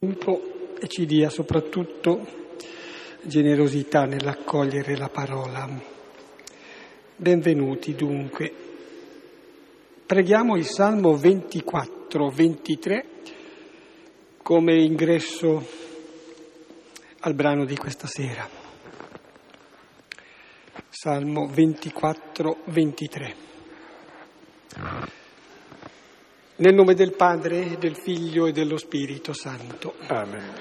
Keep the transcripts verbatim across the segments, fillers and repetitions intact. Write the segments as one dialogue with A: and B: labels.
A: tempo e ci dia soprattutto generosità nell'accogliere la parola. Benvenuti dunque. Preghiamo il Salmo ventiquattro ventitré come ingresso al brano di questa sera. Salmo ventiquattro ventitré. Nel nome del Padre, del Figlio e dello Spirito Santo.
B: Amen.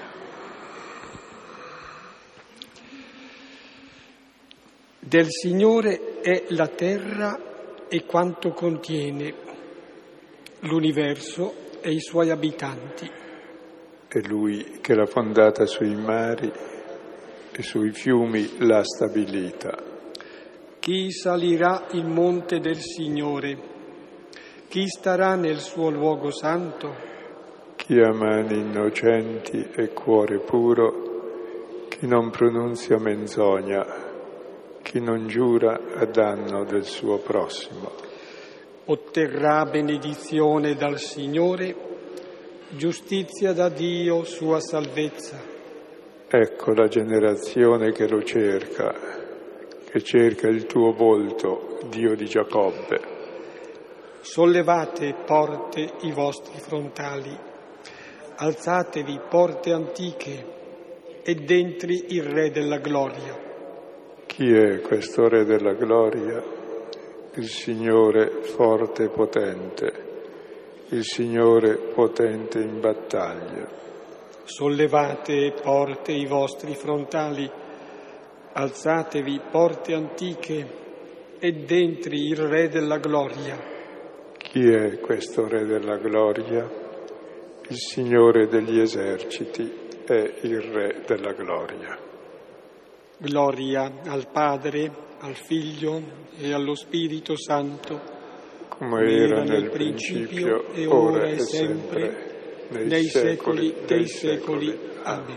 A: Del Signore è la terra e quanto contiene, l'universo e i suoi abitanti.
B: È Lui che l'ha fondata sui mari e sui fiumi l'ha stabilita.
A: Chi salirà il monte del Signore? Chi starà nel suo luogo santo?
B: Chi ha mani innocenti e cuore puro, chi non pronunzia menzogna, chi non giura a danno del suo prossimo.
A: Otterrà benedizione dal Signore, giustizia da Dio, sua salvezza.
B: Ecco la generazione che lo cerca, che cerca il tuo volto, Dio di Giacobbe.
A: Sollevate, porte, i vostri frontali, alzatevi, porte antiche, ed entri il Re della gloria.
B: Chi è questo Re della gloria? Il Signore forte e potente, il Signore potente in battaglia.
A: Sollevate, porte, i vostri frontali, alzatevi, porte antiche, ed entri il Re della gloria.
B: Chi è questo Re della gloria? Il Signore degli eserciti è il Re della gloria.
A: Gloria al Padre, al Figlio e allo Spirito Santo,
B: come era nel principio,
A: e
B: ora e sempre, nei,
A: nei
B: secoli,
A: secoli dei
B: secoli.
A: secoli. Amen.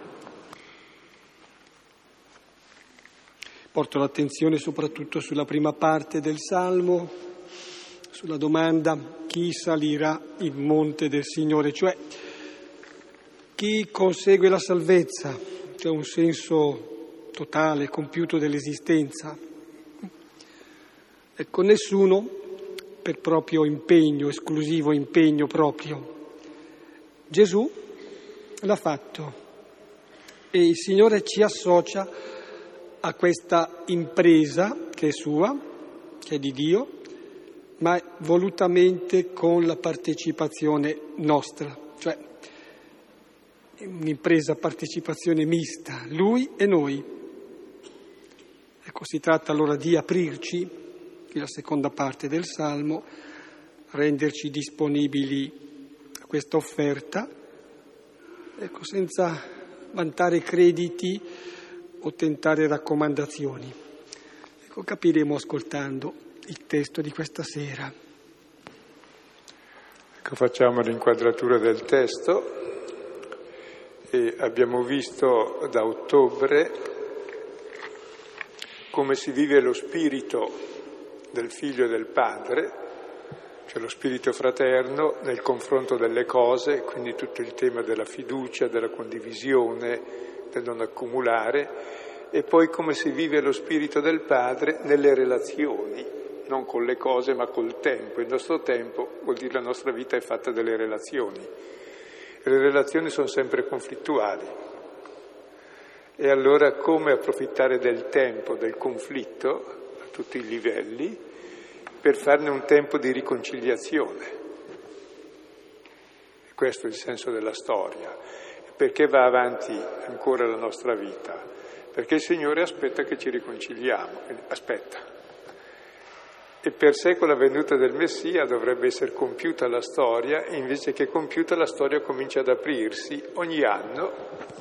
A: Porto l'attenzione soprattutto sulla prima parte del Salmo, sulla domanda chi salirà il monte del Signore, cioè chi consegue la salvezza, cioè un senso totale, compiuto dell'esistenza. Ecco, nessuno per proprio impegno, esclusivo impegno proprio. Gesù l'ha fatto e il Signore ci associa a questa impresa che è sua, che è di Dio, ma volutamente con la partecipazione nostra, cioè un'impresa partecipazione mista, Lui e noi. Ecco, si tratta allora di aprirci, la seconda parte del Salmo, renderci disponibili a questa offerta, ecco, senza vantare crediti o tentare raccomandazioni. Ecco, capiremo ascoltando il testo di questa sera.
B: Ecco, facciamo l'inquadratura del testo e abbiamo visto da ottobre come si vive lo spirito del Figlio e del Padre, cioè lo spirito fraterno nel confronto delle cose, quindi tutto il tema della fiducia, della condivisione, del non accumulare, e poi come si vive lo spirito del Padre nelle relazioni, non con le cose ma col tempo. Il nostro tempo vuol dire la nostra vita è fatta delle relazioni. Le relazioni sono sempre conflittuali. E allora come approfittare del tempo, del conflitto, a tutti i livelli, per farne un tempo di riconciliazione. E questo è il senso della storia. Perché va avanti ancora la nostra vita? Perché il Signore aspetta che ci riconciliamo. Aspetta. E per sé con la venuta del Messia dovrebbe essere compiuta la storia, e invece che compiuta la storia comincia ad aprirsi ogni anno.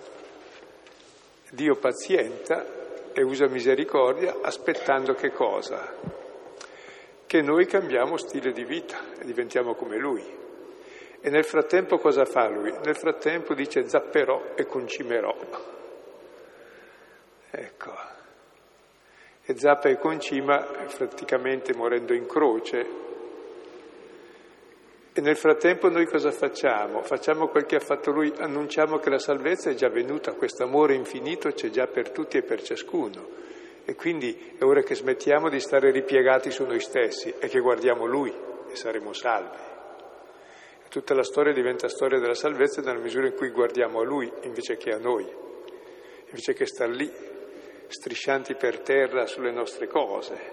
B: Dio pazienta e usa misericordia aspettando che cosa? Che noi cambiamo stile di vita e diventiamo come Lui. E nel frattempo cosa fa Lui? Nel frattempo dice zapperò e concimerò. Ecco. E zappa e concima praticamente morendo in croce E nel frattempo noi cosa facciamo? Facciamo quel che ha fatto lui, annunciamo che la salvezza è già venuta, questo amore infinito c'è già per tutti e per ciascuno. E quindi è ora che smettiamo di stare ripiegati su noi stessi e che guardiamo lui e saremo salvi. Tutta la storia diventa storia della salvezza nella misura in cui guardiamo a lui invece che a noi, invece che star lì striscianti per terra sulle nostre cose.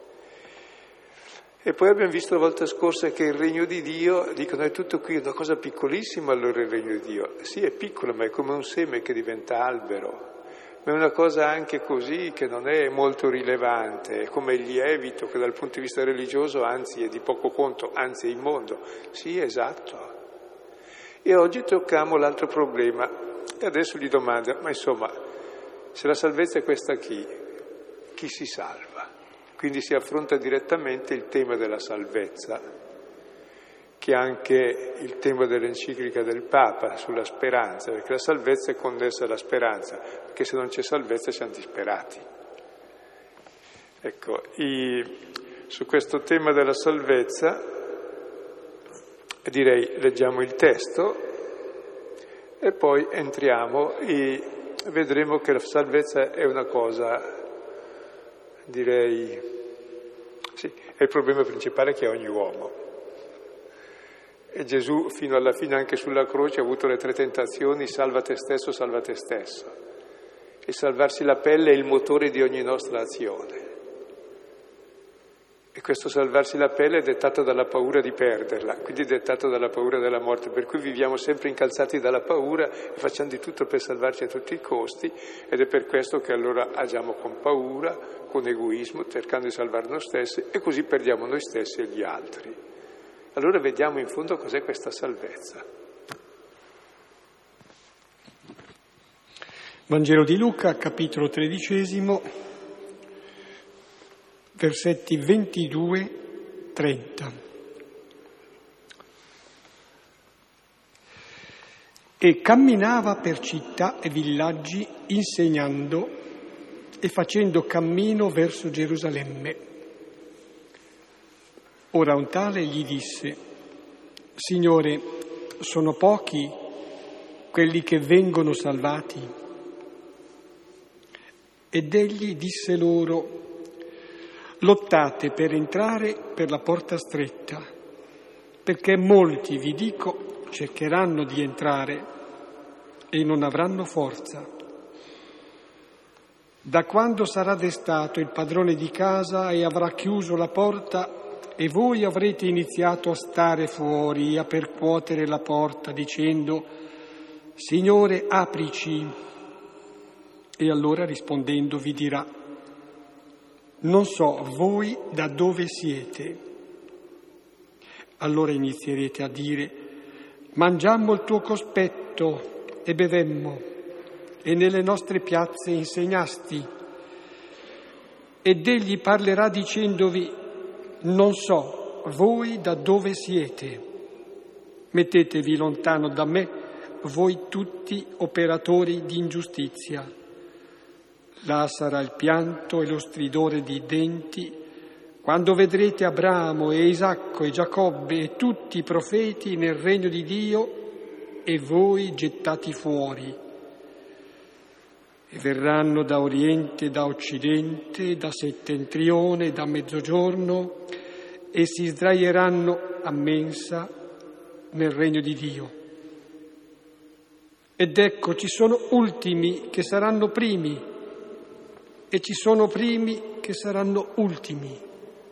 B: E poi abbiamo visto la volta scorsa che il regno di Dio, dicono è tutto qui, una cosa piccolissima allora il regno di Dio. Sì, è piccolo, ma è come un seme che diventa albero. Ma è una cosa anche così che non è molto rilevante, è come il lievito che dal punto di vista religioso anzi è di poco conto, anzi è immondo. Sì, esatto. E oggi tocchiamo l'altro problema e adesso gli domanda, ma insomma, se la salvezza è questa chi? Chi si salva? Quindi si affronta direttamente il tema della salvezza, che è anche il tema dell'enciclica del Papa sulla speranza, perché la salvezza è connessa alla speranza, perché se non c'è salvezza siamo disperati. Ecco, i, su questo tema della salvezza direi leggiamo il testo e poi entriamo e vedremo che la salvezza è una cosa, direi, sì, è il problema principale che ha ogni uomo. E Gesù fino alla fine anche sulla croce ha avuto le tre tentazioni, salva te stesso, salva te stesso. E salvarsi la pelle è il motore di ogni nostra azione. E questo salvarsi la pelle è dettato dalla paura di perderla, quindi è dettato dalla paura della morte, per cui viviamo sempre incalzati dalla paura e facciamo di tutto per salvarci a tutti i costi, ed è per questo che allora agiamo con paura, con egoismo, cercando di salvare noi stessi, e così perdiamo noi stessi e gli altri. Allora vediamo in fondo cos'è questa salvezza.
A: Vangelo di Luca, capitolo tredicesimo, versetti ventidue trenta. E camminava per città e villaggi insegnando e facendo cammino verso Gerusalemme. Ora un tale gli disse: Signore, sono pochi quelli che vengono salvati? Ed egli disse loro: lottate per entrare per la porta stretta, perché molti, vi dico, cercheranno di entrare e non avranno forza. Da quando sarà destato il padrone di casa e avrà chiuso la porta, e voi avrete iniziato a stare fuori, a percuotere la porta, dicendo: Signore, aprici. E allora rispondendo vi dirà: non so voi da dove siete. Allora inizierete a dire: mangiammo il tuo cospetto e bevemmo, e nelle nostre piazze insegnasti. Ed egli parlerà dicendovi: non so voi da dove siete. Mettetevi lontano da me, voi tutti operatori di ingiustizia. Là sarà il pianto e lo stridore di denti, quando vedrete Abramo e Isacco e Giacobbe e tutti i profeti nel regno di Dio e voi gettati fuori. E verranno da oriente, da occidente, da settentrione, da mezzogiorno, e si sdraieranno a mensa nel regno di Dio. Ed ecco, ci sono ultimi che saranno primi, e ci sono primi che saranno ultimi.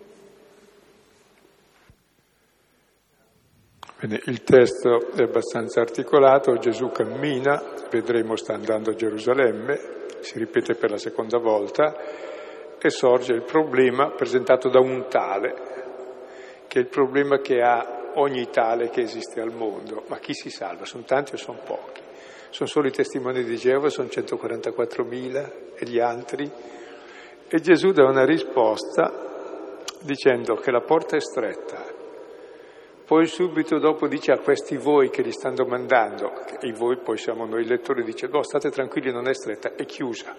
B: Bene, il testo è abbastanza articolato, Gesù cammina, vedremo sta andando a Gerusalemme, si ripete per la seconda volta, e sorge il problema presentato da un tale, che è il problema che ha ogni tale che esiste al mondo. Ma chi si salva? Sono tanti o sono pochi? Sono solo i testimoni di Geova, sono centoquarantaquattromila e gli altri? E Gesù dà una risposta dicendo che la porta è stretta. Poi subito dopo dice a questi voi che li stanno domandando, e i voi poi siamo noi lettori, dice no, state tranquilli, non è stretta, è chiusa.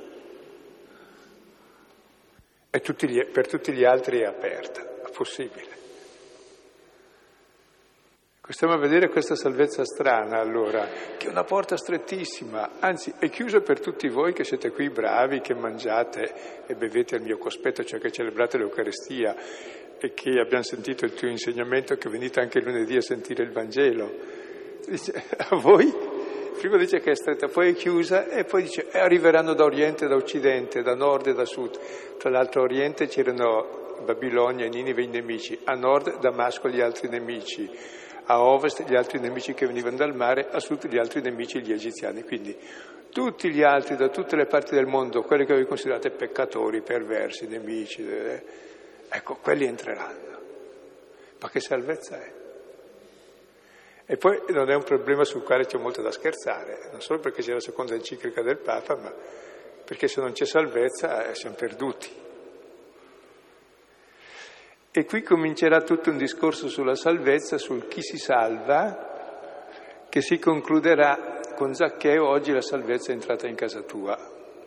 B: E tutti gli, per tutti gli altri è aperta, è possibile. Stiamo a vedere questa salvezza strana, allora, che è una porta strettissima, anzi è chiusa per tutti voi che siete qui bravi, che mangiate e bevete al mio cospetto, cioè che celebrate l'Eucaristia e che abbiamo sentito il tuo insegnamento, che venite anche lunedì a sentire il Vangelo. Dice, a voi, prima dice che è stretta, poi è chiusa e poi dice eh, arriveranno da Oriente e da Occidente, da Nord e da Sud. Tra l'altro a Oriente c'erano Babilonia e Ninive i nemici, a Nord Damasco gli altri nemici, a ovest gli altri nemici che venivano dal mare, a sud gli altri nemici, gli egiziani. Quindi tutti gli altri da tutte le parti del mondo, quelli che voi considerate peccatori, perversi, nemici, eh, ecco, quelli entreranno. Ma che salvezza è? E poi non è un problema sul quale c'è molto da scherzare, non solo perché c'è la seconda enciclica del Papa, ma perché se non c'è salvezza eh, siamo perduti. E qui comincerà tutto un discorso sulla salvezza, sul chi si salva, che si concluderà con Zaccheo: oggi la salvezza è entrata in casa tua.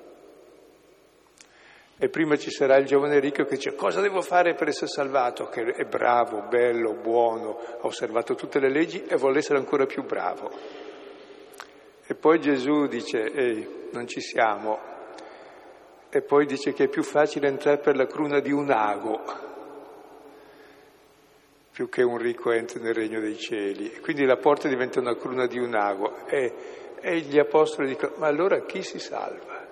B: E prima ci sarà il giovane ricco che dice: cosa devo fare per essere salvato? Che è bravo, bello, buono, ha osservato tutte le leggi e vuole essere ancora più bravo. E poi Gesù dice: ehi, non ci siamo. E poi dice che è più facile entrare per la cruna di un ago più che un ricco entri nel regno dei cieli. E quindi la porta diventa una cruna di un ago. E, e gli apostoli dicono: ma allora chi si salva?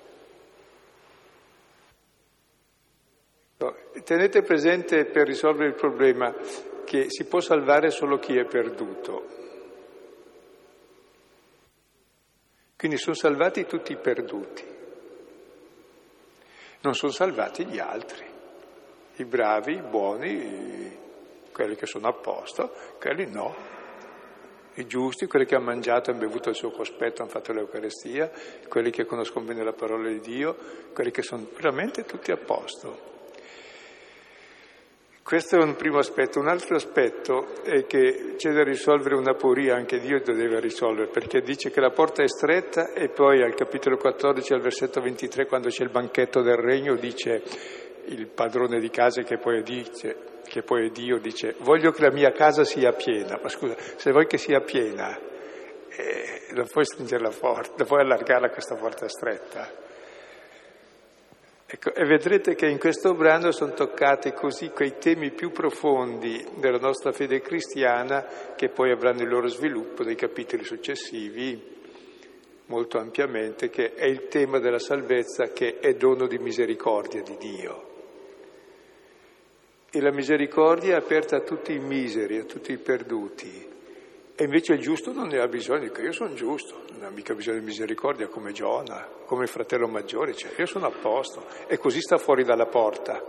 B: No, tenete presente, per risolvere il problema, che si può salvare solo chi è perduto. Quindi sono salvati tutti i perduti. Non sono salvati gli altri, i bravi, i buoni, i quelli che sono a posto, quelli no, i giusti, quelli che hanno mangiato, hanno bevuto il suo cospetto, hanno fatto l'Eucaristia, quelli che conoscono bene la parola di Dio, quelli che sono veramente tutti a posto. Questo è un primo aspetto. Un altro aspetto è che c'è da risolvere un'aporia, anche Dio deve risolvere, perché dice che la porta è stretta e poi al capitolo quattordici, al versetto ventitré, quando c'è il banchetto del regno, dice il padrone di casa, che poi dice... che poi Dio dice: voglio che la mia casa sia piena. Ma scusa, se vuoi che sia piena, eh, non puoi stringere la porta, non puoi allargarla questa porta stretta. Ecco, e vedrete che in questo brano sono toccati così quei temi più profondi della nostra fede cristiana, che poi avranno il loro sviluppo nei capitoli successivi, molto ampiamente, che è il tema della salvezza, che è dono di misericordia di Dio. E la misericordia è aperta a tutti i miseri, a tutti i perduti. E invece il giusto non ne ha bisogno, dico: io sono giusto, non ha mica bisogno di misericordia come Giona, come il fratello maggiore, cioè io sono a posto. E così sta fuori dalla porta.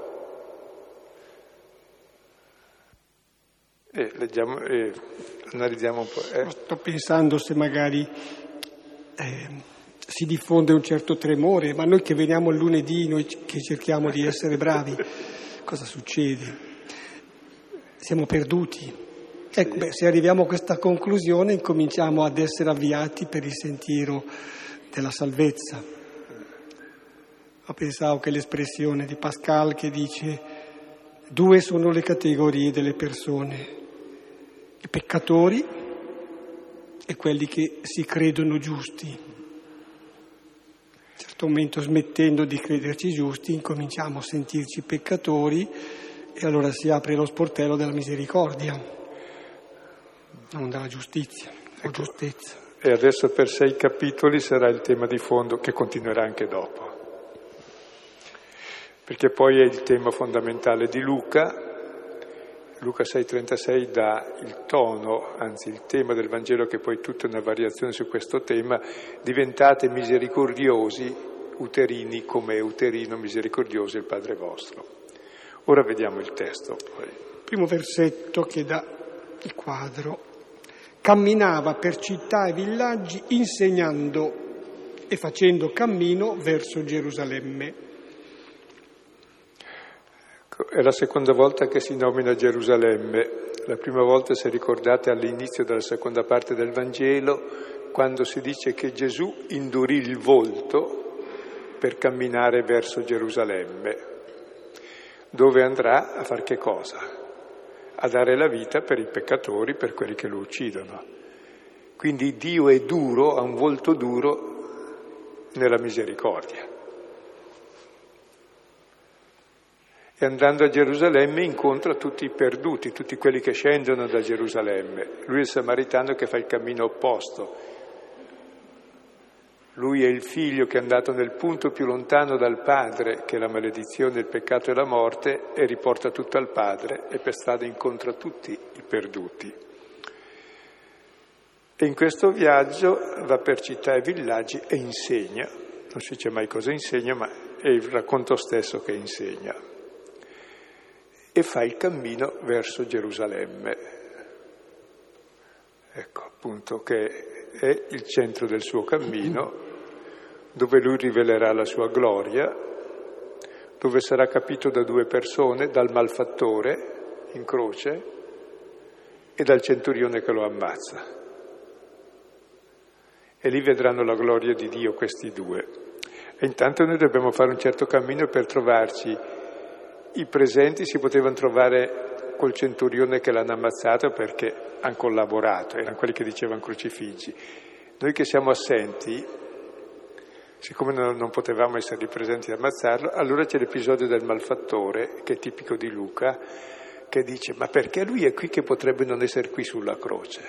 B: E leggiamo, e analizziamo un po'. Eh.
A: Sto pensando se magari eh, si diffonde un certo tremore, ma noi che veniamo il lunedì, noi che cerchiamo di essere bravi, cosa succede? Siamo perduti. Ecco, beh, se arriviamo a questa conclusione incominciamo ad essere avviati per il sentiero della salvezza. Ho pensato che l'espressione di Pascal che dice: due sono le categorie delle persone, i peccatori e quelli che si credono giusti. A un certo momento, smettendo di crederci giusti, incominciamo a sentirci peccatori e allora si apre lo sportello della misericordia, non della giustizia o giustezza.
B: E adesso per sei capitoli sarà il tema di fondo, che continuerà anche dopo, perché poi è il tema fondamentale di Luca. Luca sei trentasei dà il tono, anzi il tema del Vangelo, che poi è tutta una variazione su questo tema: diventate misericordiosi, uterini, come è uterino misericordioso il Padre vostro. Ora vediamo il testo.
A: Primo versetto che dà il quadro. Camminava per città e villaggi insegnando e facendo cammino verso Gerusalemme.
B: È la seconda volta che si nomina Gerusalemme. La prima volta, se ricordate, all'inizio della seconda parte del Vangelo, quando si dice che Gesù indurì il volto per camminare verso Gerusalemme, dove andrà a far che cosa? a dare la vita per i peccatori, per quelli che lo uccidono. Quindi Dio è duro, ha un volto duro nella misericordia. E andando a Gerusalemme incontra tutti i perduti, tutti quelli che scendono da Gerusalemme. Lui è il samaritano che fa il cammino opposto. Lui è il figlio che è andato nel punto più lontano dal padre, che è la maledizione, il peccato e la morte, e riporta tutto al padre, e per strada incontra tutti i perduti. E in questo viaggio va per città e villaggi e insegna. Non si dice mai cosa insegna, ma è il racconto stesso che insegna. E fa il cammino verso Gerusalemme. Ecco, appunto, che è il centro del suo cammino, dove lui rivelerà la sua gloria, dove sarà capito da due persone, dal malfattore in croce e dal centurione che lo ammazza. E lì vedranno la gloria di Dio questi due. E intanto noi dobbiamo fare un certo cammino per trovarci. I presenti si potevano trovare col centurione che l'hanno ammazzato perché hanno collaborato, erano quelli che dicevano crocifiggi. Noi che siamo assenti, siccome non potevamo essere lì presenti ad ammazzarlo, allora c'è l'episodio del malfattore, che è tipico di Luca, che dice: ma perché lui è qui che potrebbe non essere qui sulla croce?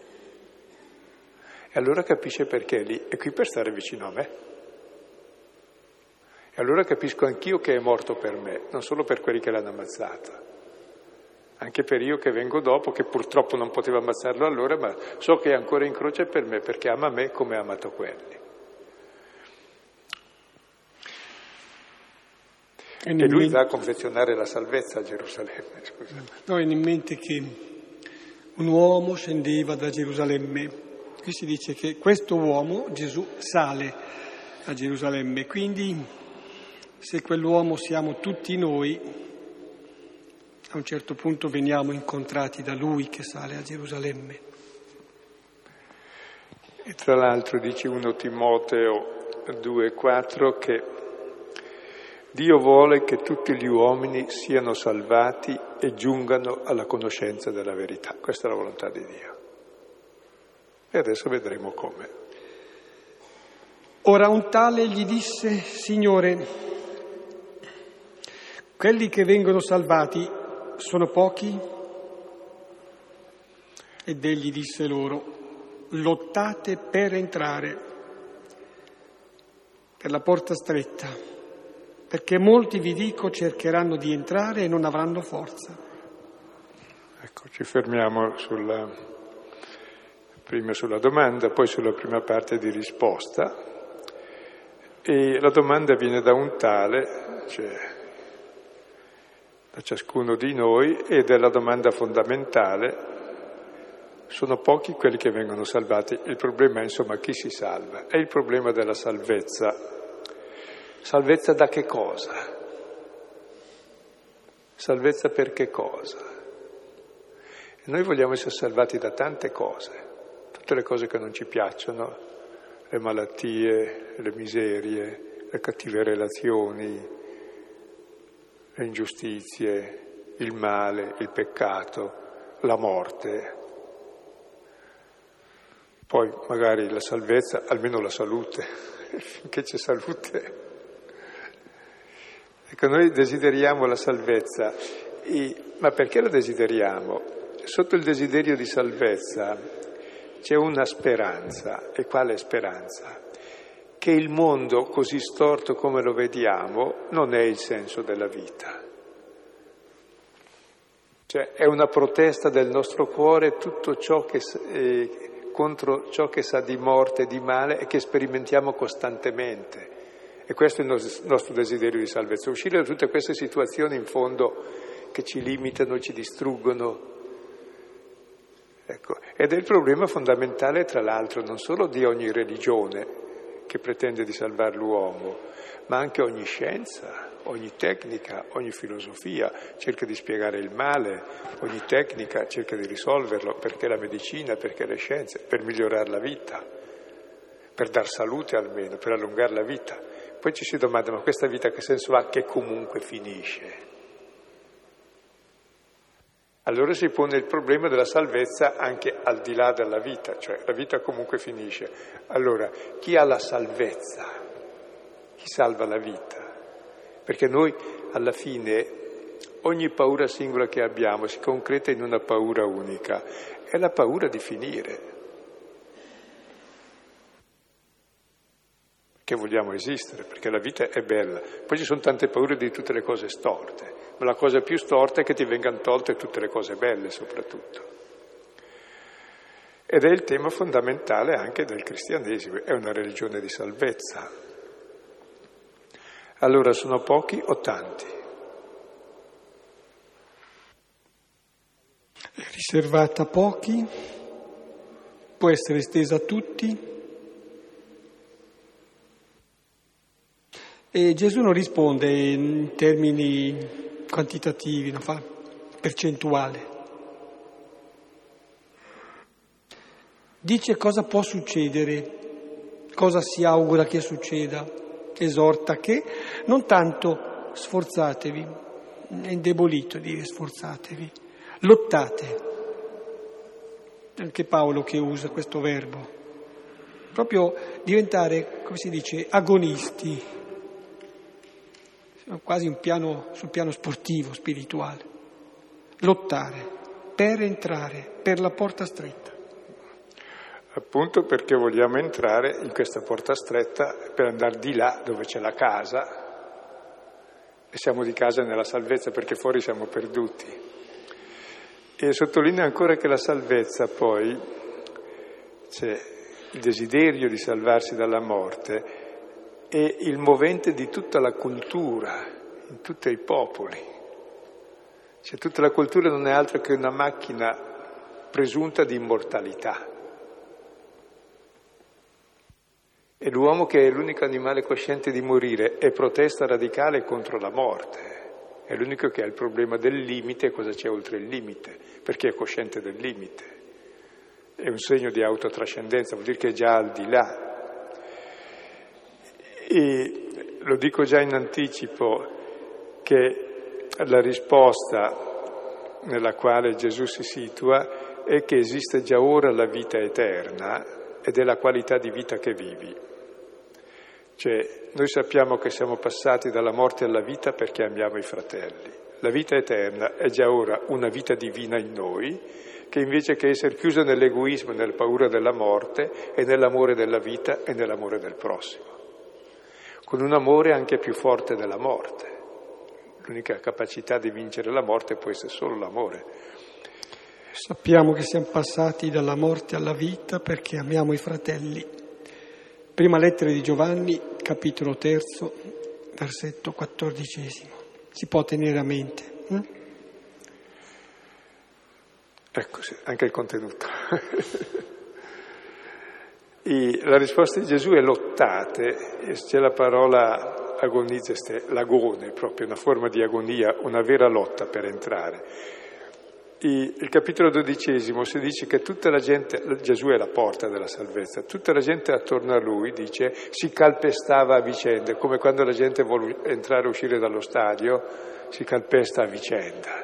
B: E allora capisce perché lì è qui per stare vicino a me. E allora capisco anch'io che è morto per me, non solo per quelli che l'hanno ammazzato, anche per io che vengo dopo, che purtroppo non potevo ammazzarlo allora, ma so che è ancora in croce per me, perché ama me come ha amato quelli. E, e lui va a confezionare la salvezza a Gerusalemme. Scusate.
A: No, viene in mente che un uomo scendeva da Gerusalemme. Qui si dice che questo uomo, Gesù, sale a Gerusalemme. Quindi, se quell'uomo siamo tutti noi, a un certo punto veniamo incontrati da lui che sale a Gerusalemme.
B: E tra l'altro dice primo Timoteo due quattro che Dio vuole che tutti gli uomini siano salvati e giungano alla conoscenza della verità. Questa è la volontà di Dio. E adesso vedremo come.
A: Ora un tale gli disse: Signore, quelli che vengono salvati sono pochi? Ed egli disse loro: lottate per entrare per la porta stretta, perché molti, vi dico, cercheranno di entrare e non avranno forza.
B: Ecco, ci fermiamo sulla, prima sulla domanda, poi sulla prima parte di risposta. E la domanda viene da un tale, cioè da ciascuno di noi, ed è la domanda fondamentale. Sono pochi quelli che vengono salvati. Il problema è, insomma, chi si salva. È il problema della salvezza. Salvezza da che cosa? Salvezza per che cosa? E noi vogliamo essere salvati da tante cose, tutte le cose che non ci piacciono, le malattie, le miserie, le cattive relazioni, le ingiustizie, il male, il peccato, la morte. Poi magari la salvezza, almeno la salute, finché c'è salute. Ecco, noi desideriamo la salvezza, e, ma perché la desideriamo? Sotto il desiderio di salvezza c'è una speranza. E quale speranza? Che il mondo così storto come lo vediamo non è il senso della vita. Cioè è una protesta del nostro cuore tutto ciò che, eh, contro ciò che sa di morte e di male e che sperimentiamo costantemente. E questo è il nostro desiderio di salvezza, uscire da tutte queste situazioni in fondo che ci limitano, ci distruggono. Ecco. Ed è il problema fondamentale, tra l'altro, non solo di ogni religione che pretende di salvare l'uomo, ma anche ogni scienza, ogni tecnica, ogni filosofia cerca di spiegare il male, ogni tecnica cerca di risolverlo, perché la medicina, perché le scienze, per migliorare la vita, per dar salute almeno, per allungare la vita. Poi ci si domanda, ma questa vita che senso ha, che comunque finisce? Allora si pone il problema della salvezza anche al di là della vita, cioè la vita comunque finisce. Allora, chi ha la salvezza? Chi salva la vita? Perché noi alla fine ogni paura singola che abbiamo si concreta in una paura unica, è la paura di finire. Che vogliamo esistere, perché la vita è bella. Poi ci sono tante paure di tutte le cose storte, ma la cosa più storta è che ti vengano tolte tutte le cose belle soprattutto. Ed è il tema fondamentale anche del cristianesimo, è una religione di salvezza. Allora sono pochi o tanti?
A: È riservata a pochi, può essere estesa a tutti. E Gesù non risponde in termini quantitativi, non fa percentuale. Dice cosa può succedere, cosa si augura che succeda, esorta che non tanto sforzatevi, è indebolito dire sforzatevi, lottate. Anche Paolo che usa questo verbo, proprio diventare, come si dice, agonisti. Quasi un piano, sul piano sportivo, spirituale. Lottare per entrare per la porta stretta.
B: Appunto perché vogliamo entrare in questa porta stretta per andare di là dove c'è la casa e siamo di casa nella salvezza perché fuori siamo perduti. E sottolineo ancora che la salvezza poi, c'è il desiderio di salvarsi dalla morte, è il movente di tutta la cultura, in tutti i popoli. Cioè tutta la cultura non è altro che una macchina presunta di immortalità. E l'uomo, che è l'unico animale cosciente di morire, è protesta radicale contro la morte. È l'unico che ha il problema del limite, cosa c'è oltre il limite, perché è cosciente del limite. È un segno di autotrascendenza, vuol dire che è già al di là. E lo dico già in anticipo che la risposta nella quale Gesù si situa è che esiste già ora la vita eterna ed è la qualità di vita che vivi. Cioè, noi sappiamo che siamo passati dalla morte alla vita perché amiamo i fratelli. La vita eterna è già ora una vita divina in noi, che invece che essere chiusa nell'egoismo e nella paura della morte è nell'amore della vita e nell'amore del prossimo. Con un amore anche più forte della morte. L'unica capacità di vincere la morte può essere solo l'amore.
A: Sappiamo che siamo passati dalla morte alla vita perché amiamo i fratelli. Prima lettera di Giovanni, capitolo terzo, versetto quattordicesimo. Si può tenere a mente. Hm?
B: Ecco, sì, anche il contenuto. E la risposta di Gesù è lottate, e c'è la parola agonizeste, l'agone, proprio una forma di agonia, una vera lotta per entrare. E il capitolo dodicesimo si dice che tutta la gente, Gesù è la porta della salvezza, tutta la gente attorno a lui, dice, si calpestava a vicenda, come quando la gente vuole entrare e uscire dallo stadio, si calpesta a vicenda.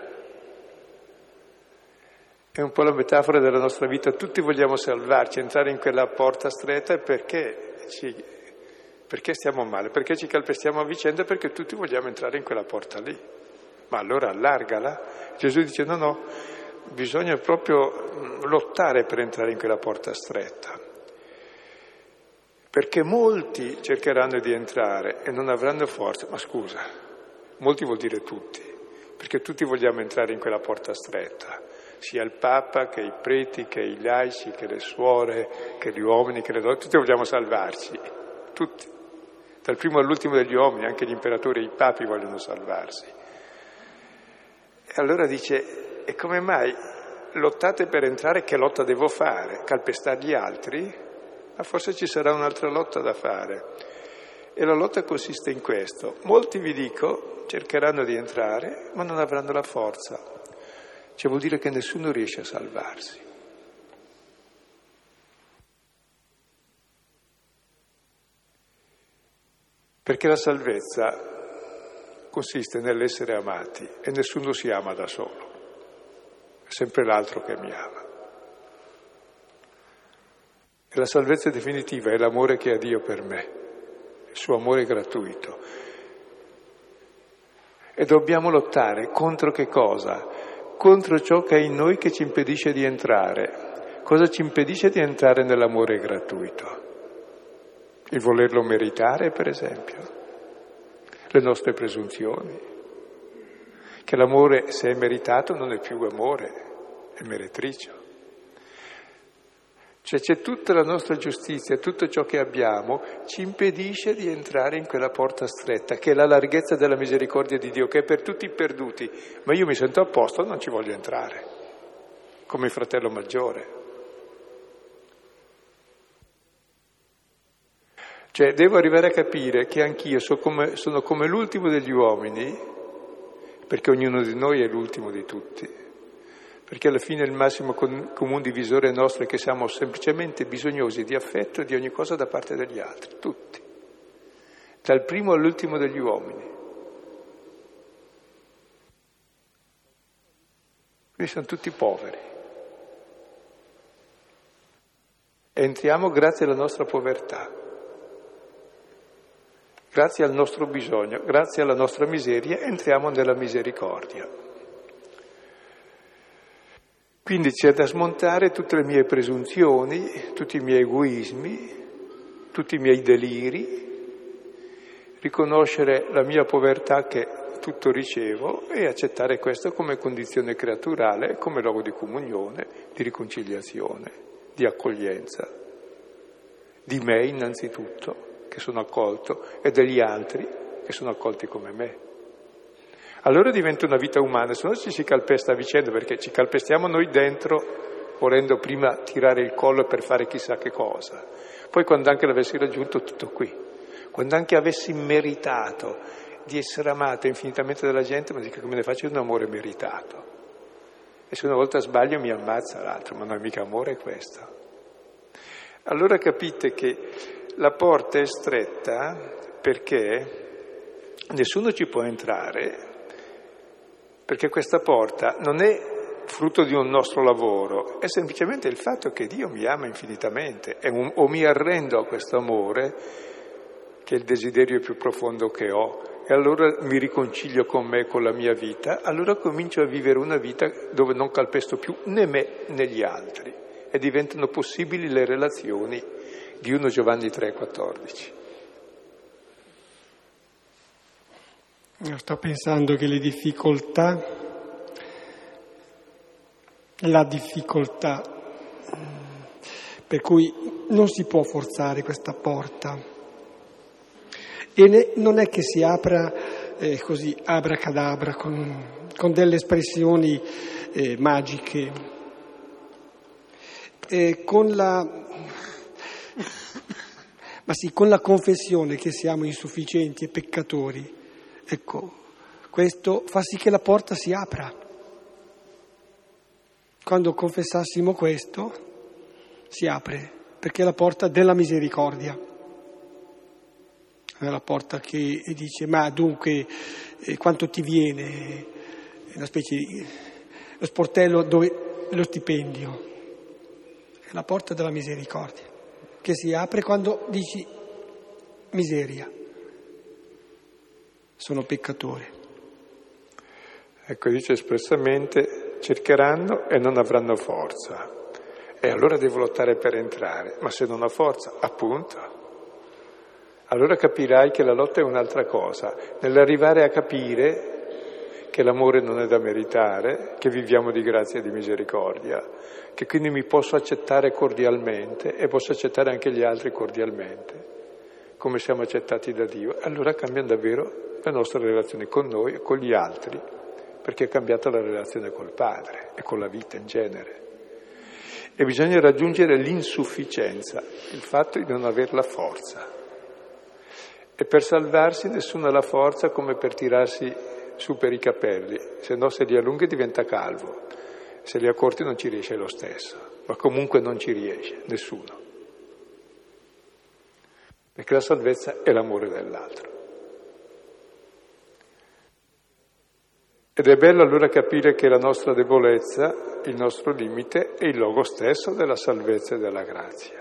B: È un po' la metafora della nostra vita, tutti vogliamo salvarci, entrare in quella porta stretta, e perché, ci, perché stiamo male? Perché ci calpestiamo a vicenda? Perché tutti vogliamo entrare in quella porta lì. Ma allora allargala. Gesù dice no, no, bisogna proprio lottare per entrare in quella porta stretta. Perché molti cercheranno di entrare e non avranno forza. Ma scusa, molti vuol dire tutti, perché tutti vogliamo entrare in quella porta stretta. Sia il Papa, che i preti, che i laici, che le suore, che gli uomini, che le donne, tutti vogliamo salvarci, tutti. Dal primo all'ultimo degli uomini, anche gli imperatori e i papi vogliono salvarsi. E allora dice, e come mai lottate per entrare? Che lotta devo fare? Calpestare gli altri? Ma forse ci sarà un'altra lotta da fare. E la lotta consiste in questo. Molti, vi dico, cercheranno di entrare, ma non avranno la forza. Cioè vuol dire che nessuno riesce a salvarsi. Perché la salvezza consiste nell'essere amati e nessuno si ama da solo. è sempre l'altro che mi ama. E la salvezza definitiva è l'amore che ha Dio per me, il suo amore gratuito. E dobbiamo lottare contro che cosa? Contro ciò che è in noi che ci impedisce di entrare. Cosa ci impedisce di entrare nell'amore gratuito? Il volerlo meritare, per esempio, le nostre presunzioni, che l'amore, se è meritato, non è più amore, è meretricio. Cioè c'è tutta la nostra giustizia, tutto ciò che abbiamo ci impedisce di entrare in quella porta stretta, che è la larghezza della misericordia di Dio, che è per tutti i perduti, ma io mi sento a posto, non ci voglio entrare, come il fratello maggiore. Cioè devo arrivare a capire che anch'io sono come, sono come l'ultimo degli uomini, perché ognuno di noi è l'ultimo di tutti. Perché alla fine il massimo comune divisore nostro è che siamo semplicemente bisognosi di affetto e di ogni cosa da parte degli altri, tutti, dal primo all'ultimo degli uomini. Quindi sono tutti poveri. E entriamo grazie alla nostra povertà, grazie al nostro bisogno, grazie alla nostra miseria, entriamo nella misericordia. Quindi c'è da smontare tutte le mie presunzioni, tutti i miei egoismi, tutti i miei deliri, riconoscere la mia povertà che tutto ricevo e accettare questo come condizione creaturale, come luogo di comunione, di riconciliazione, di accoglienza, di me innanzitutto, che sono accolto, e degli altri che sono accolti come me. Allora diventa una vita umana, se no ci si calpesta a vicenda, perché ci calpestiamo noi dentro, volendo prima tirare il collo per fare chissà che cosa. Poi quando anche l'avessi raggiunto, tutto qui. Quando anche avessi meritato di essere amato infinitamente dalla gente, ma dico, come ne faccio un amore meritato? E se una volta sbaglio mi ammazza l'altro, ma non è mica amore questo. Allora capite che la porta è stretta perché nessuno ci può entrare, perché questa porta non è frutto di un nostro lavoro, è semplicemente il fatto che Dio mi ama infinitamente e un, o mi arrendo a questo amore, che è il desiderio più profondo che ho, e allora mi riconcilio con me, con la mia vita, allora comincio a vivere una vita dove non calpesto più né me né gli altri, e diventano possibili le relazioni di primo Giovanni tre quattordici.
A: Sto pensando che le difficoltà, la difficoltà per cui non si può forzare questa porta e ne, non è che si apra eh, così abracadabra con, con delle espressioni eh, magiche, e con la ma sì, con la confessione che siamo insufficienti e peccatori. Ecco, questo fa sì che la porta si apra. Quando confessassimo questo, si apre, perché è la porta della misericordia. È la porta che dice, ma dunque, eh, quanto ti viene? È una specie di lo sportello dove lo stipendio. È la porta della misericordia, che si apre quando dici miseria. Sono peccatore.
B: Ecco, dice espressamente, cercheranno e non avranno forza. E allora devo lottare per entrare. Ma se non ho forza, appunto, allora capirai che la lotta è un'altra cosa. Nell'arrivare a capire che l'amore non è da meritare, che viviamo di grazia e di misericordia, che quindi mi posso accettare cordialmente e posso accettare anche gli altri cordialmente, come siamo accettati da Dio, allora cambiano davvero le nostre relazioni con noi e con gli altri, perché è cambiata la relazione col Padre e con la vita in genere. E bisogna raggiungere l'insufficienza, il fatto di non avere la forza. E per salvarsi nessuno ha la forza come per tirarsi su per i capelli, se no se li allunghi diventa calvo, se li accorti non ci riesce lo stesso, ma comunque non ci riesce, nessuno. Perché la salvezza è l'amore dell'altro. Ed Ed è bello allora capire che la nostra debolezza, il nostro limite, è il logo stesso della salvezza e della grazia.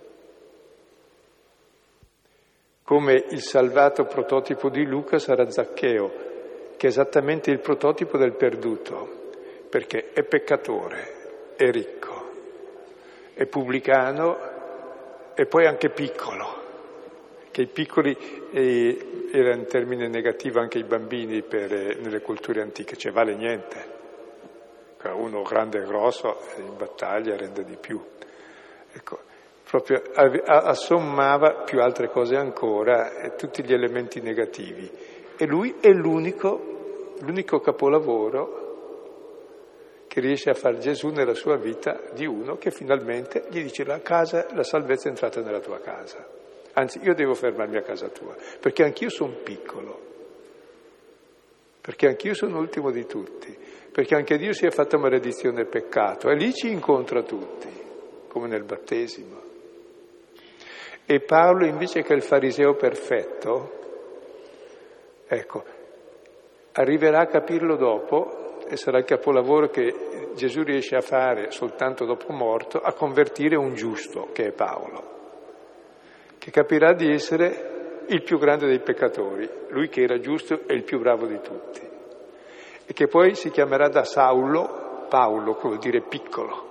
B: Come il salvato prototipo di Luca sarà Zaccheo, che è esattamente il prototipo del perduto, perché è peccatore, è ricco, è pubblicano e poi anche piccolo, che i piccoli eh, era un termine negativo anche ai bambini per, eh, nelle culture antiche, cioè vale niente. Uno grande e grosso in battaglia rende di più. Ecco, proprio assommava più altre cose ancora, e tutti gli elementi negativi. E lui è l'unico, l'unico capolavoro che riesce a fare Gesù nella sua vita di uno che finalmente gli dice: la casa, la salvezza è entrata nella tua casa. Anzi, io devo fermarmi a casa tua, perché anch'io sono piccolo, perché anch'io sono l'ultimo di tutti, perché anche Dio si è fatto maledizione e peccato, e lì ci incontra tutti, come nel battesimo. E Paolo, invece che il fariseo perfetto, ecco, arriverà a capirlo dopo, e sarà il capolavoro che Gesù riesce a fare soltanto dopo morto, a convertire un giusto, che è Paolo, che capirà di essere il più grande dei peccatori, lui che era giusto e il più bravo di tutti, e che poi si chiamerà da Saulo Paolo, che vuol dire piccolo,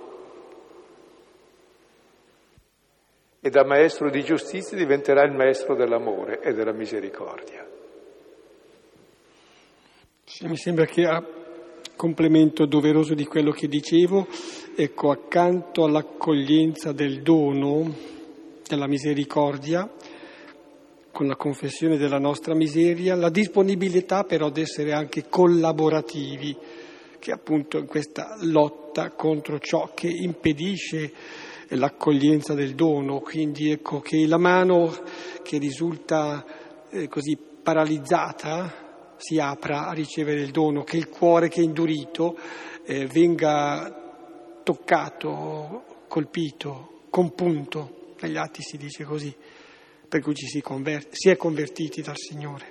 B: e da maestro di giustizia diventerà il maestro dell'amore e della misericordia.
A: Sì, mi sembra che a complemento doveroso di quello che dicevo, ecco, accanto all'accoglienza del dono, della misericordia, con la confessione della nostra miseria, la disponibilità però ad essere anche collaborativi, che appunto in questa lotta contro ciò che impedisce l'accoglienza del dono, quindi ecco che la mano che risulta eh, così paralizzata si apra a ricevere il dono, che il cuore che è indurito eh, venga toccato, colpito, compunto. Negli Atti si dice così, per cui ci si, converte, si è convertiti dal Signore.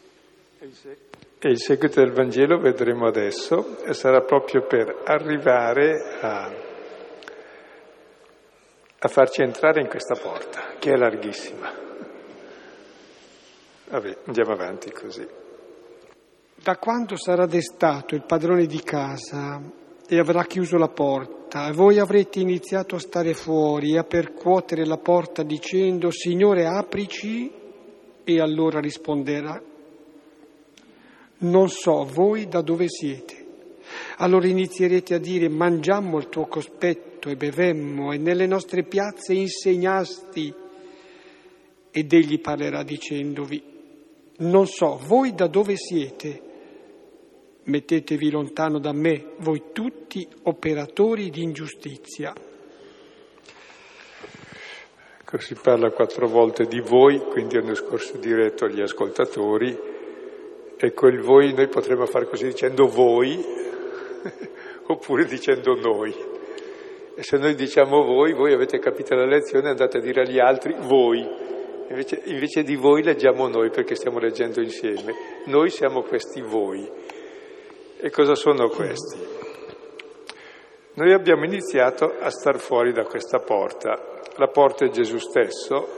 B: E il seguito del Vangelo vedremo adesso, e sarà proprio per arrivare a, a farci entrare in questa porta, che è larghissima. Vabbè, andiamo avanti così.
A: Da quando sarà destato il padrone di casa e avrà chiuso la porta, voi avrete iniziato a stare fuori e a percuotere la porta dicendo: Signore, aprici, e allora risponderà: non so voi da dove siete. Allora inizierete a dire: mangiammo il tuo cospetto e bevemmo, e nelle nostre piazze insegnasti. Ed egli parlerà dicendovi: non so voi da dove siete. Mettetevi lontano da me, voi tutti operatori di ingiustizia.
B: Ecco, si parla quattro volte di voi, quindi è un discorso diretto agli ascoltatori. Ecco, il voi noi potremmo fare così dicendo voi, oppure dicendo noi. E se noi diciamo voi, voi avete capito la lezione, andate a dire agli altri voi. Invece, invece di voi leggiamo noi, perché stiamo leggendo insieme. Noi siamo questi voi. E cosa sono questi? Noi abbiamo iniziato a star fuori da questa porta. La porta è Gesù stesso,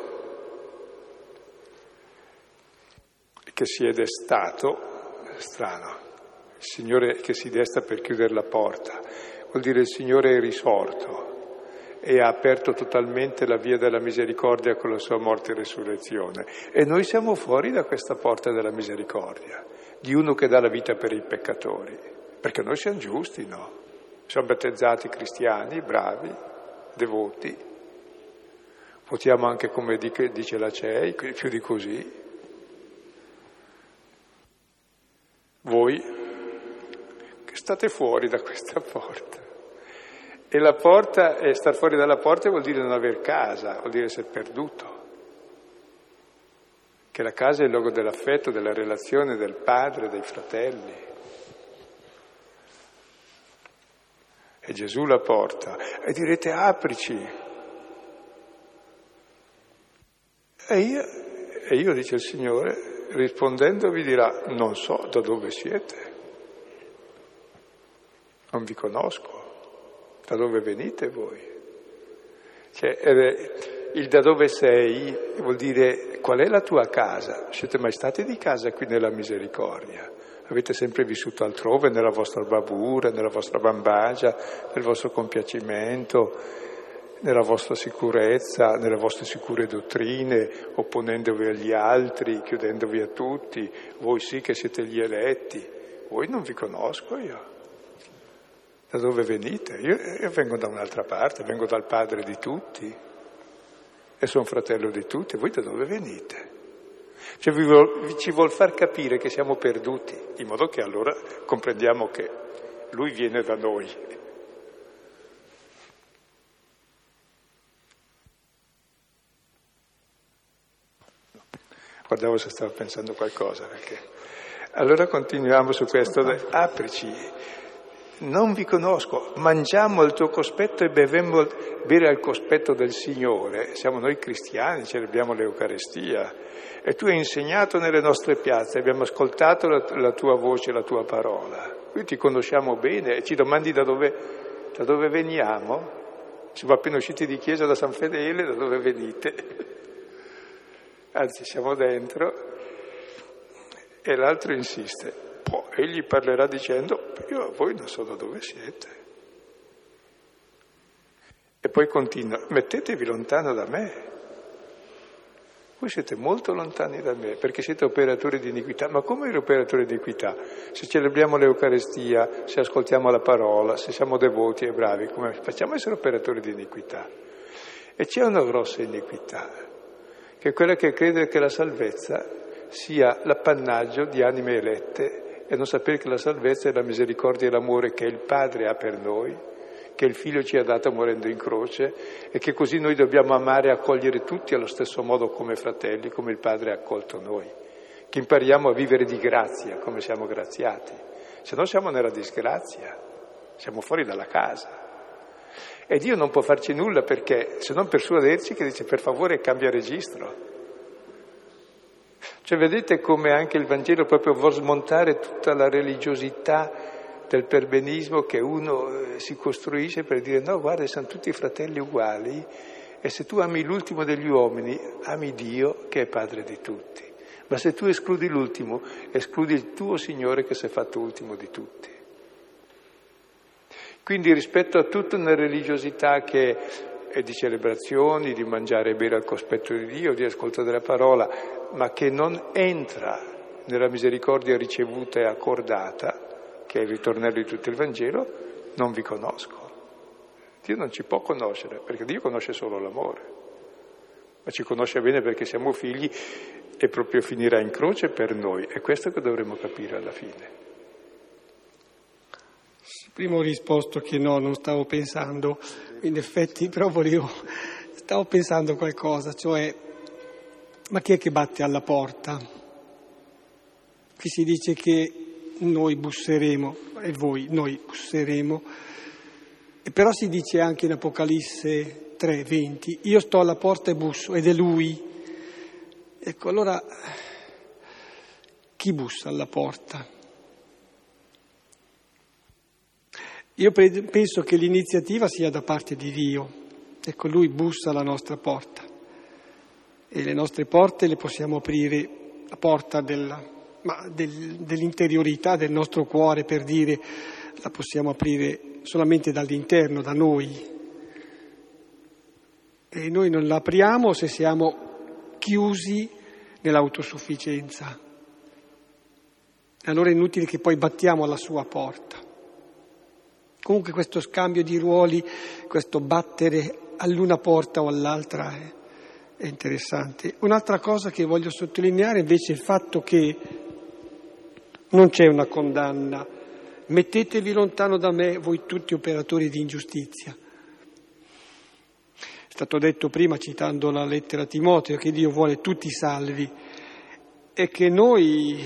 B: che si è destato, è strano, il Signore che si desta per chiudere la porta, vuol dire il Signore è risorto e ha aperto totalmente la via della misericordia con la sua morte e resurrezione. E noi siamo fuori da questa porta della misericordia, di uno che dà la vita per i peccatori, perché noi siamo giusti, no? Siamo battezzati cristiani, bravi, devoti, votiamo anche come dice la C E I, più di così. Voi che state fuori da questa porta. E la porta, e star fuori dalla porta vuol dire non aver casa, vuol dire essere perduto. Che la casa è il luogo dell'affetto, della relazione, del padre, dei fratelli. E Gesù la porta. E direte: aprici. E io, e io, dice il Signore, rispondendo vi dirà: non so da dove siete. non vi conosco, da dove venite voi? Cioè, eh, il da dove sei vuol dire qual è la tua casa? Siete mai stati di casa qui nella misericordia? Avete sempre vissuto altrove, nella vostra bravura, nella vostra bambagia, nel vostro compiacimento, nella vostra sicurezza, nelle vostre sicure dottrine, opponendovi agli altri, chiudendovi a tutti. Voi sì che siete gli eletti, voi non vi conosco io. Da dove venite? Io, io vengo da un'altra parte, vengo dal padre di tutti e sono fratello di tutti. Voi da dove venite? Cioè vi vuol, ci vuol far capire che siamo perduti, in modo che allora comprendiamo che lui viene da noi. Guardavo se stavo pensando qualcosa, perché... Allora continuiamo su questo, aprici, non vi conosco, mangiamo al tuo cospetto e bevemmo, bere al cospetto del Signore, siamo noi cristiani, celebriamo l'Eucarestia, e tu hai insegnato nelle nostre piazze, abbiamo ascoltato la, la tua voce, la tua parola, qui ti conosciamo bene e ci domandi da dove, da dove veniamo? Siamo appena usciti di chiesa da San Fedele, da dove venite? Anzi, siamo dentro. E l'altro insiste, poi egli parlerà dicendo, io a voi non so da dove siete. E poi continua, mettetevi lontano da me. Voi siete molto lontani da me, perché siete operatori di iniquità. Ma come operatori di iniquità? Se celebriamo l'Eucarestia, se ascoltiamo la parola, se siamo devoti e bravi, come facciamo a essere operatori di iniquità? E c'è una grossa iniquità, che è quella che crede che la salvezza sia l'appannaggio di anime elette e non sapere che la salvezza è la misericordia e l'amore che il Padre ha per noi, che il Figlio ci ha dato morendo in croce e che così noi dobbiamo amare e accogliere tutti allo stesso modo come fratelli, come il Padre ha accolto noi, che impariamo a vivere di grazia come siamo graziati, se no siamo nella disgrazia, siamo fuori dalla casa. E Dio non può farci nulla perché, se non persuaderci, che dice per favore cambia registro. Cioè vedete come anche il Vangelo proprio vuol smontare tutta la religiosità del perbenismo che uno si costruisce per dire no, guarda, sono tutti fratelli uguali e se tu ami l'ultimo degli uomini, ami Dio che è padre di tutti. Ma se tu escludi l'ultimo, escludi il tuo Signore che si è fatto ultimo di tutti. Quindi rispetto a tutta una religiosità che è di celebrazioni, di mangiare e bere al cospetto di Dio, di ascolto della parola, ma che non entra nella misericordia ricevuta e accordata, che è il ritornello di tutto il Vangelo, non vi conosco. Dio non ci può conoscere, perché Dio conosce solo l'amore, ma ci conosce bene perché siamo figli e proprio finirà in croce per noi. È questo che dovremo capire alla fine.
A: Prima ho risposto che no, non stavo pensando, in effetti, però volevo, stavo pensando qualcosa, cioè, ma chi è che batte alla porta? Qui si dice che noi busseremo, e voi, noi busseremo, e però si dice anche in Apocalisse tre venti, io sto alla porta e busso, ed è Lui. Ecco, allora, chi bussa alla porta? Io penso che l'iniziativa sia da parte di Dio. Ecco, Lui bussa alla nostra porta e le nostre porte le possiamo aprire, la porta della, ma del, dell'interiorità del nostro cuore, per dire, la possiamo aprire solamente dall'interno, da noi. E noi non la apriamo se siamo chiusi nell'autosufficienza. Allora è inutile che poi battiamo alla sua porta. Comunque questo scambio di ruoli, questo battere all'una porta o all'altra è, è interessante. Un'altra cosa che voglio sottolineare invece è il fatto che non c'è una condanna. Mettetevi lontano da me, voi tutti operatori di ingiustizia. È stato detto prima, citando la lettera a Timoteo, che Dio vuole tutti salvi e che noi,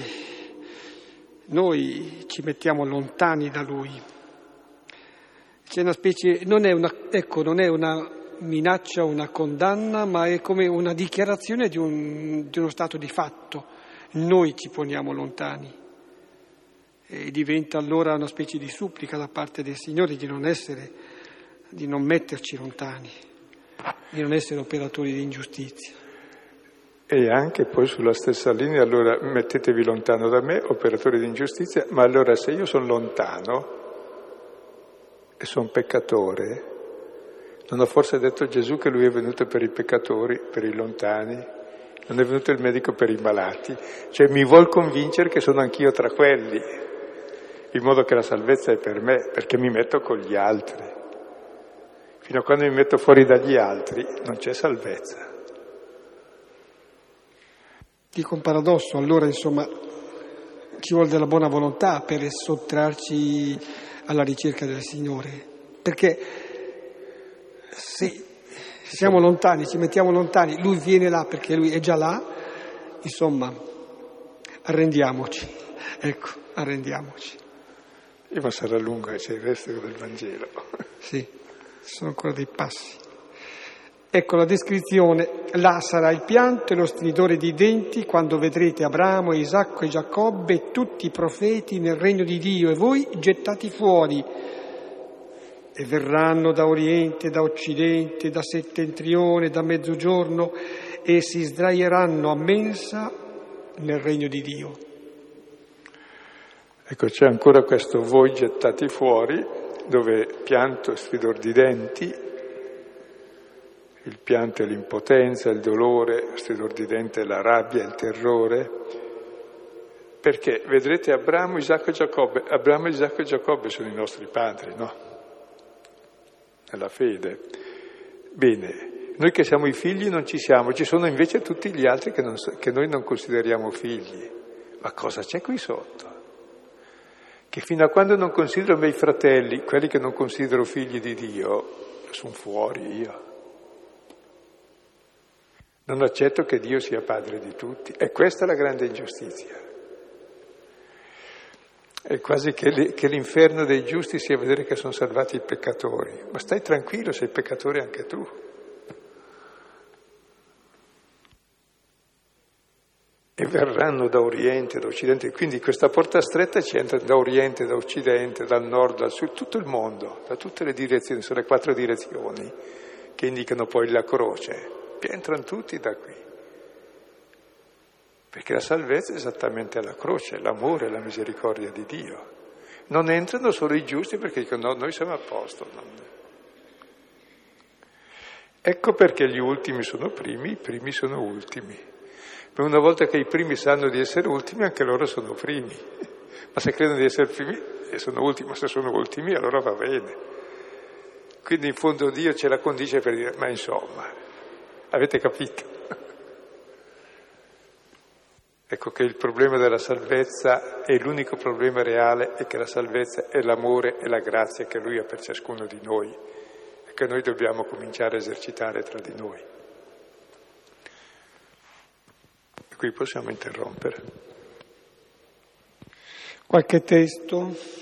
A: noi ci mettiamo lontani da Lui. C'è una specie, non è una, ecco, non è una minaccia, una condanna, ma è come una dichiarazione di, un, di uno stato di fatto. Noi ci poniamo lontani. e diventa allora una specie di supplica da parte del Signore di non essere, di non metterci lontani, di non essere operatori di ingiustizia.
B: E anche poi sulla stessa linea, allora mettetevi lontano da me, operatori di ingiustizia, ma allora se io sono lontano e sono peccatore, non ho forse detto Gesù che lui è venuto per i peccatori, per i lontani? Non è venuto il medico per i malati? Cioè mi vuol convincere che sono anch'io tra quelli, in modo che la salvezza è per me, perché mi metto con gli altri. Fino a quando mi metto fuori dagli altri non c'è salvezza.
A: Dico un paradosso, allora insomma ci vuole della buona volontà per sottrarci alla ricerca del Signore, perché se siamo lontani, ci mettiamo lontani, Lui viene là perché Lui è già là, insomma arrendiamoci, ecco, arrendiamoci.
B: E ma sarà lungo, c'è il resto del Vangelo.
A: Sì, ci sono ancora dei passi. Ecco la descrizione, là sarà il pianto e lo stridore di denti quando vedrete Abramo, Isacco e Giacobbe e tutti i profeti nel regno di Dio e voi gettati fuori. E verranno da oriente, da occidente, da settentrione, da mezzogiorno e si sdraieranno a mensa nel regno di Dio.
B: Ecco, c'è ancora questo voi gettati fuori, dove pianto e stridor di denti. Il pianto è l'impotenza, il dolore, lo stridor di denti è la rabbia, il terrore. Perché vedrete Abramo, Isacco e Giacobbe. Abramo, Isacco e Giacobbe sono i nostri padri, no? Nella fede. Bene, noi che siamo i figli non ci siamo, ci sono invece tutti gli altri che, non, che noi non consideriamo figli. Ma cosa c'è qui sotto? Che fino a quando non considero i miei fratelli, quelli che non considero figli di Dio, sono fuori io. Non accetto che Dio sia padre di tutti. E questa è la grande ingiustizia. È quasi che, le, che l'inferno dei giusti sia vedere che sono salvati i peccatori. Ma stai tranquillo, sei peccatore anche tu. E verranno da oriente, da occidente. Quindi questa porta stretta ci entra da oriente, da occidente, dal nord, dal sud, tutto il mondo, da tutte le direzioni. Sono le quattro direzioni che indicano poi la croce. Entrano tutti da qui, perché la salvezza è esattamente alla croce, l'amore e la misericordia di Dio. Non entrano solo i giusti perché dicono no, noi siamo a posto. No. Ecco perché gli ultimi sono primi, i primi sono ultimi. Ma una volta che i primi sanno di essere ultimi, anche loro sono primi. Ma se credono di essere primi, sono ultimi, ma se sono ultimi allora va bene. Quindi in fondo Dio ce la condice per dire, ma insomma, avete capito? Ecco che il problema della salvezza è l'unico problema reale, è che la salvezza è l'amore e la grazia che Lui ha per ciascuno di noi e che noi dobbiamo cominciare a esercitare tra di noi. E qui possiamo interrompere.
A: Qualche testo?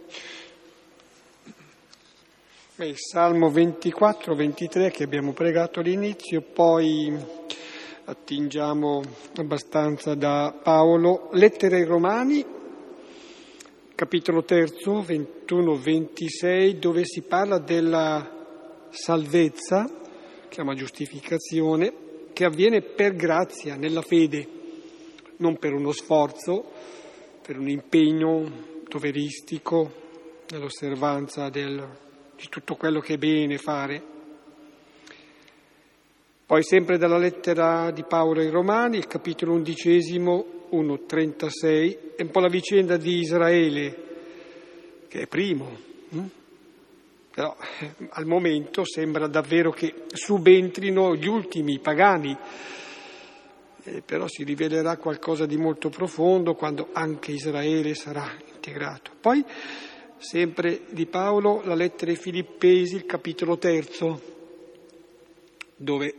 A: Beh, il Salmo ventiquattro ventitré che abbiamo pregato all'inizio, poi attingiamo abbastanza da Paolo, lettere ai Romani, capitolo terzo, ventuno ventisei, dove si parla della salvezza, chiama giustificazione, che avviene per grazia, nella fede, non per uno sforzo, per un impegno doveristico, nell'osservanza del di tutto quello che è bene fare. Poi sempre dalla lettera di Paolo ai Romani, il capitolo undicesimo, uno trentasei, è un po' la vicenda di Israele, che è primo, hm? Però eh, al momento sembra davvero che subentrino gli ultimi pagani, eh, però si rivelerà qualcosa di molto profondo quando anche Israele sarà integrato. Poi sempre di Paolo, la lettera ai Filippesi, il capitolo terzo, dove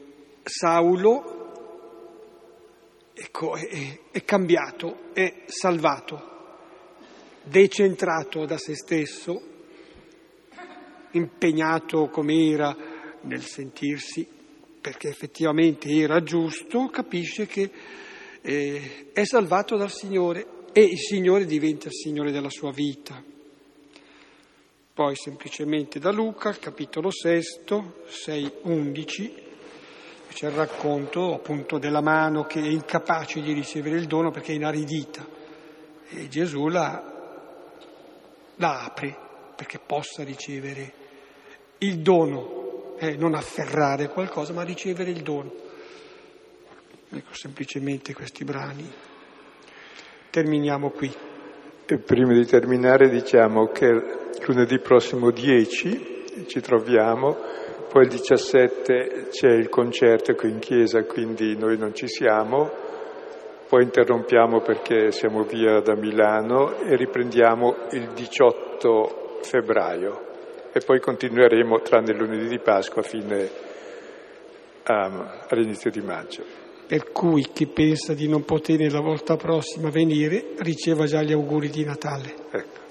A: Saulo ecco, è, è cambiato, è salvato, decentrato da se stesso, impegnato come era nel sentirsi, perché effettivamente era giusto, capisce che eh, è salvato dal Signore e il Signore diventa il Signore della sua vita. Poi semplicemente da Luca, capitolo sesto, sei undici, c'è il racconto appunto della mano che è incapace di ricevere il dono perché è inaridita e Gesù la, la apre perché possa ricevere il dono, eh, non afferrare qualcosa ma ricevere il dono. Ecco semplicemente questi brani. Terminiamo qui.
B: E prima di terminare diciamo che lunedì prossimo dieci ci troviamo, poi il diciassette c'è il concerto qui in chiesa, quindi noi non ci siamo, poi interrompiamo perché siamo via da Milano e riprendiamo il diciotto febbraio e poi continueremo tranne il lunedì di Pasqua fine um, all'inizio di maggio.
A: Per cui chi pensa di non poter la volta prossima venire riceva già gli auguri di Natale.
B: Ecco.